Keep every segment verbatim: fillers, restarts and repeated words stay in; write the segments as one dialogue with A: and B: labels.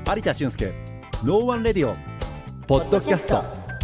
A: 有田俊介ノーワンレディオポッドキャスト。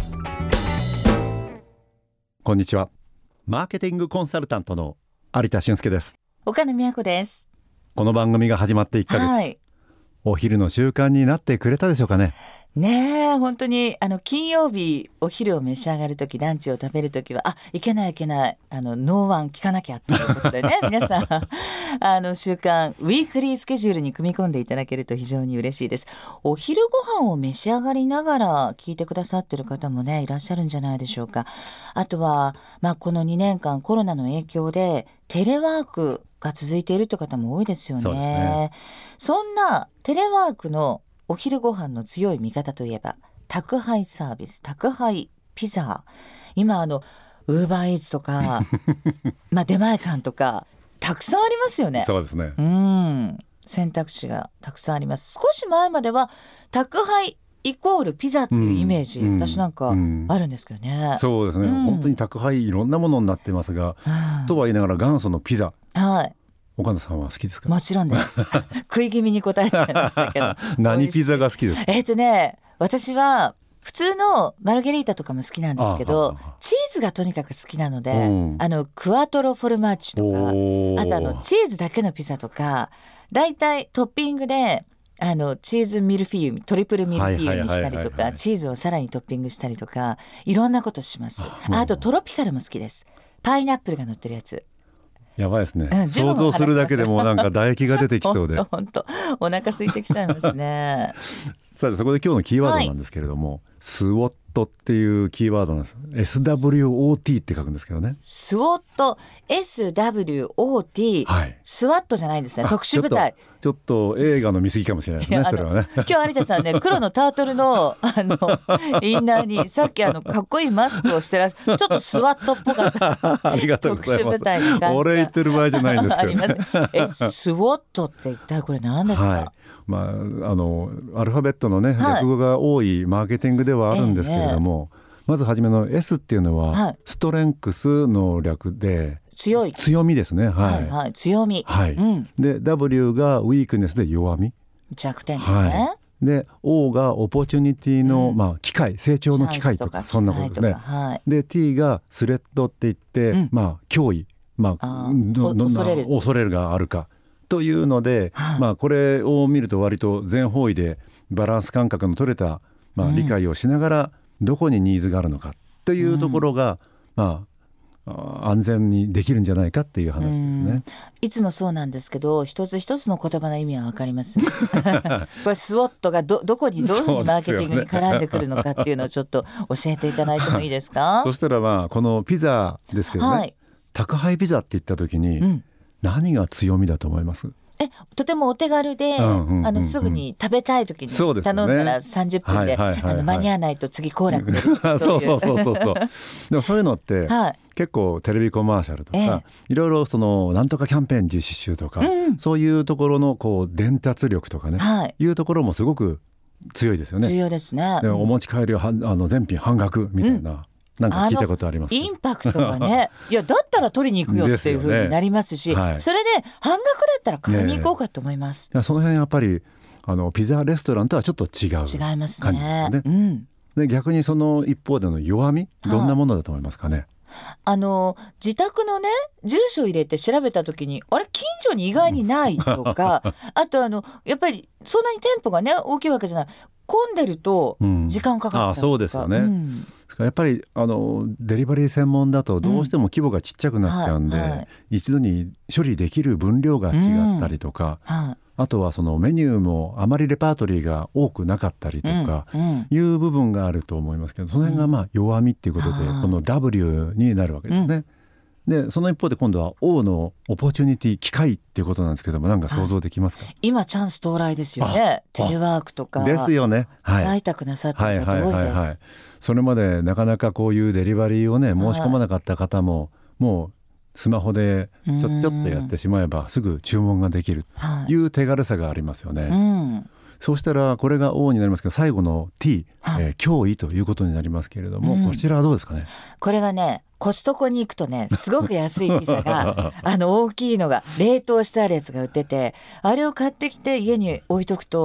A: こんにちは。マーケティングコンサルタントの有田俊介です。
B: 岡野美和子です。
A: この番組が始まっていっかげつ、はい、お昼の習慣になってくれたでしょうかね。
B: ねえ、本当にあの金曜日お昼を召し上がるとき、ランチを食べるときはあいけないいけないあのノーワン聞かなきゃということでね皆さんあの習慣ウィークリースケジュールに組み込んでいただけると非常に嬉しいです。お昼ご飯を召し上がりながら聞いてくださってる方もねいらっしゃるんじゃないでしょうか。あとは、まあ、このにねんかんコロナの影響でテレワークが続いているという方も多いですよ ね,
A: そうですね。
B: そんなテレワークのお昼ご飯の強い味方といえば宅配サービス、宅配ピザ。今あのウーバーイーツとかまあ出前館とかたくさんありますよね。
A: そうですね。
B: うん選択肢がたくさんあります。少し前までは宅配イコールピザっていうイメージ、うん、私なんかあるんですけどね、
A: うん、そうですね、うん、本当に宅配いろんなものになってますが、うん、とは言いながら元祖のピザ、はい、岡野さんは好きですか？
B: もちろんです食い気味に答えちゃいましたけど
A: 何ピザが好きですか？
B: えーとね、私は普通のマルゲリータとかも好きなんですけど、チーズがとにかく好きなので、うん、あのクワトロフォルマッジとか、あとあのチーズだけのピザとか、だいたいトッピングであのチーズミルフィーユ、トリプルミルフィーユにしたりとか、チーズをさらにトッピングしたりとか、いろんなことします。 あ, あとトロピカルも好きです。パイナップルが乗ってるやつ
A: やばいですね、うん、想像するだけでもなんか唾液が出てきそうで
B: 本当お腹空いてきちゃいますね
A: さあそこで今日のキーワードなんですけれども、はい、スウォットっていうキーワードなんです。 エスダブリューオーティー って書くんですけどね。ス
B: ウォット エスダブリューオーティー、はい、スワットじゃないんですね。特殊部隊。
A: ちょっと映画の見過ぎかもしれないですね。それはね
B: 今日有田さんね黒のタートルの、 あのインナーにさっきあのかっこいいマスクをしてらっしゃる、ちょっとスワットっぽかった
A: ありがとうございます。
B: 特殊部隊の感じが
A: 俺言ってる場合じゃないんですけど、ね、
B: ありますえスウォットって一体これ何ですか？はい、
A: まあ、あのアルファベットのね、はい、略語が多いマーケティングではあるんですけれども、ええ、まず初めの S っていうのは、はい、ストレンクスの略で
B: 強い
A: 強みですね、はい
B: はいはい、強み、はい、うん、
A: で W がウィークネスで弱み、
B: 弱点ですね、
A: はい、で O がオポチュニティの、うん、まあ、機会、成長の機会とかそんなことですね、はい、で T がスレッドって言って、うん、まあ、脅威、まあ、あど
B: 恐れる
A: 恐れるがあるかというので、はい、まあ、これを見ると割と全方位でバランス感覚の取れた、まあ、理解をしながらどこにニーズがあるのかというところが、うん、まあ、安全にできるんじゃないかっていう話ですね。
B: いつもそうなんですけど、一つ一つの言葉の意味は分かりますこれスウォットが ど, どこにどういうふうにマーケティングに絡んでくるのかっていうのをちょっと教えていただいてもいいですか？
A: そしたら、まあ、このピザですけどね、はい、宅配ピザって言った時に、うん、何が強みだと思います？
B: えとてもお手軽で、うんうんうんうん、あのすぐに食べたい時に頼んだらさんじゅっぷんで間に合わないと次コーラくれる
A: そうそうそうそうそうでもそういうのって、はい、結構テレビコマーシャルとか、ええ、いろいろそのなんとかキャンペーン実施中とか、うん、そういうところのこう伝達力とかね、はい、いうところもすごく強いですよね。
B: 重要ですね。
A: でお持ち帰りはあの全品半額みたいな、うん、なんか聞いたことあります。
B: インパクトがねいやだったら取りに行くよっていう風になりますし、ね、はい、それで半額だったら買いに行こうかと思います、
A: ね、その辺やっぱりあのピザレストランとはちょっと違う感じですね。
B: 違いますね、うん、
A: で逆にその一方での弱み、どんなものだと思いますかね？
B: あの自宅のね住所入れて調べた時にあれ近所に意外にないとかあとあのやっぱりそんなに店舗がね大きいわけじゃない、混んでると時間かかっちゃうとか、うん、あそうですよね、うん、
A: やっぱりあのデリバリー専門だとどうしても規模がちっちゃくなっちゃうんで、うんはいはい、一度に処理できる分量が違ったりとか、うんはい、あとはそのメニューもあまりレパートリーが多くなかったりとかいう部分があると思いますけど、その辺がまあ弱みっていうことでこの ダブリュー になるわけですね、うんでその一方で今度は O のオポチュニティ、機会っていうことなんですけども、なんか想像できますか？
B: 今チャンス到来ですよね。テレワークとか
A: ですよね、はい、
B: 在宅なさってる方多いです、はいはいはいはい、
A: それまでなかなかこういうデリバリーをね申し込まなかった方も、はい、もうスマホでちょちょっとやってしまえばすぐ注文ができるという手軽さがありますよね、はい、うんそうしたらこれが O になりますけど、最後の T、はいえー、脅威ということになりますけれども、うん、こちらはどうですかね？
B: これはねコストコに行くとねすごく安いピザがあの大きいのが冷凍してあるやつが売ってて、あれを買ってきて家に置いとくと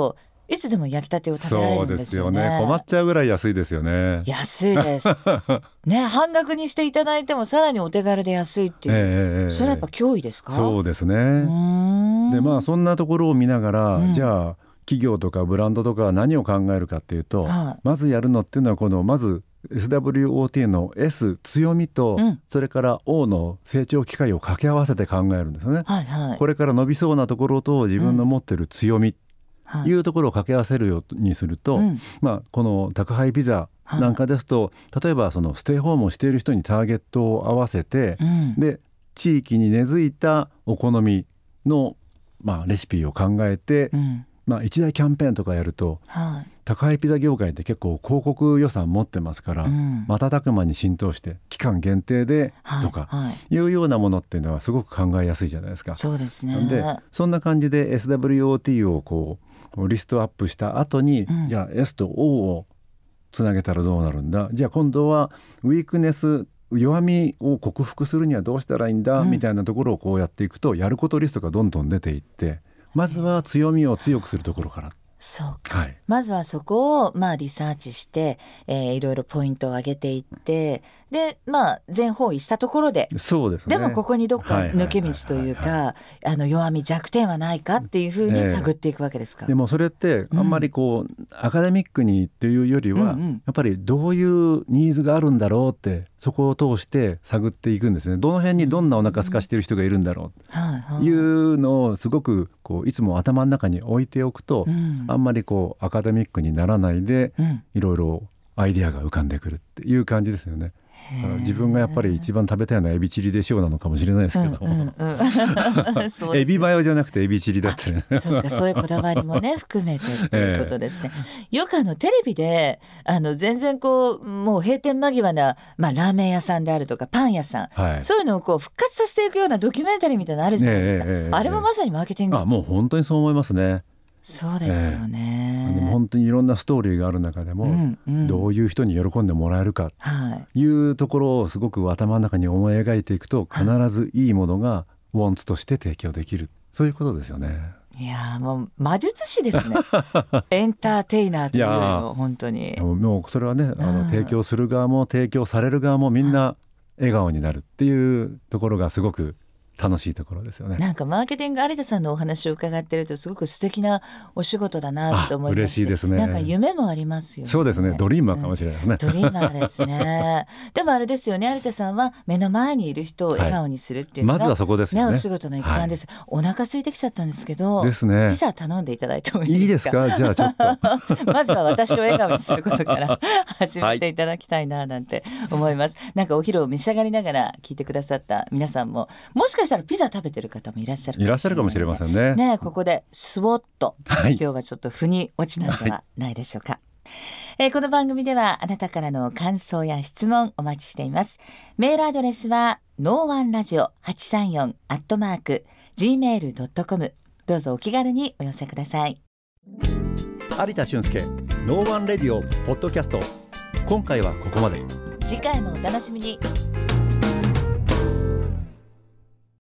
B: いつでも焼きたてを食べられるんですよね。
A: そうですよね。困っちゃうぐらい安いですよね。
B: 安いですね。半額にしていただいてもさらにお手軽で安いっていう、えー、それはやっぱ脅威ですか？
A: そうですね。でまあそんなところを見ながら、うん、じゃあ企業とかブランドとか何を考えるかっていうと、はい、まずやるのっていうのはこのまず エスダブリューオーティー の S 強みと、うん、それから O の成長機会を掛け合わせて考えるんですね、はいはい、これから伸びそうなところと自分の持ってる強み、うん、いうところを掛け合わせるようにすると、うんまあ、この宅配ピザなんかですと、はい、例えばそのステイホームをしている人にターゲットを合わせて、うん、で地域に根付いたお好みの、まあ、レシピを考えて、うんまあ、一大キャンペーンとかやると、はい、宅配ピザ業界って結構広告予算持ってますから、うん、瞬く間に浸透して期間限定でとかいうようなものっていうのはすごく考えやすいじゃないですか。
B: そうですね。
A: でそんな感じで エスダブリューオーティー をこうリストアップした後に、うん、じゃあ S と O をつなげたらどうなるんだ、じゃあ今度はウィークネス弱みを克服するにはどうしたらいいんだ、うん、みたいなところをこうやっていくとやることリストがどんどん出ていって、まずは強みを強くするところから、
B: そうか、はい、まずはそこをまあリサーチして、えー、いろいろポイントを上げていってでまあ全方位したところで、
A: そうですね、
B: でもここにどっか抜け道というかあの弱み弱点はないかっていうふうに探っていくわけですか、
A: えー、でもそれってあんまりこう、うん、アカデミックにっていうよりは、うんうん、やっぱりどういうニーズがあるんだろうってそこを通して探っていくんですね。どの辺にどんなお腹空かしている人がいるんだろうというのをすごくこういつも頭の中に置いておくと、うん、あんまりこうアカデミックにならないで、うん、いろいろアイデアが浮かんでくるっていう感じですよね。自分がやっぱり一番食べたいのはエビチリでしょうなのかもしれないですけど、うんうんうん、エビマヨじゃなくてエビチリだったね。
B: そうか、そういうこだわりもね含めてということですね、えー、よくあのテレビであの全然こうもう閉店間際な、まあ、ラーメン屋さんであるとかパン屋さん、はい、そういうのをこう復活させていくようなドキュメンタリーみたいなのあるじゃないですか、えーえー、あれもまさにマーケティング、
A: あもう本当にそう思いますね。
B: そうですよね、
A: えー、本当にいろんなストーリーがある中でも、うんうん、どういう人に喜んでもらえるかというところをすごく頭の中に思い描いていくと必ずいいものがウォンツとして提供できる、そういうことですよね。
B: いやもう魔術師ですねエンターテイナーというよりも本当に
A: もうそれはね、あの提供する側も提供される側もみんな笑顔になるっていうところがすごく楽しいところですよね。
B: なんかマーケティング有田さんのお話を伺ってるとすごく素敵なお仕事だなと思います。
A: 嬉しいですね。
B: なんか夢もありますよね。
A: そうですね、ドリーマーかもしれないですね、
B: うん、ドリーマーですねでもあれですよね、有田さんは目の前にいる人を笑顔にするっていうのが、
A: はい、まずはそこですよね、
B: お仕事の一環です、はい、お腹空いてきちゃったんですけど
A: ですね、
B: ピザ頼んでいただいてもいいですか。
A: いいですか、じゃあちょっと
B: まずは私を笑顔にすることから始めていただきたいななんて思います、はい、なんかお昼を召し上がりながら聞いてくださった皆さんももしかしたらピザ食べてる方もいらっしゃる
A: いらっしゃるかもしれませんね。
B: ね、ここでスウォット、はい、今日はちょっと腑に落ちたのではないでしょうか、はい、えー、この番組ではあなたからの感想や質問お待ちしています。メールアドレスはノーワンラジオはちさんよんアットマーク ジーメールドットコム、 どうぞお気軽にお寄せください。
A: 有田俊介ノーワンレディオポッドキャスト、今回はここまで。
B: 次回もお楽しみに。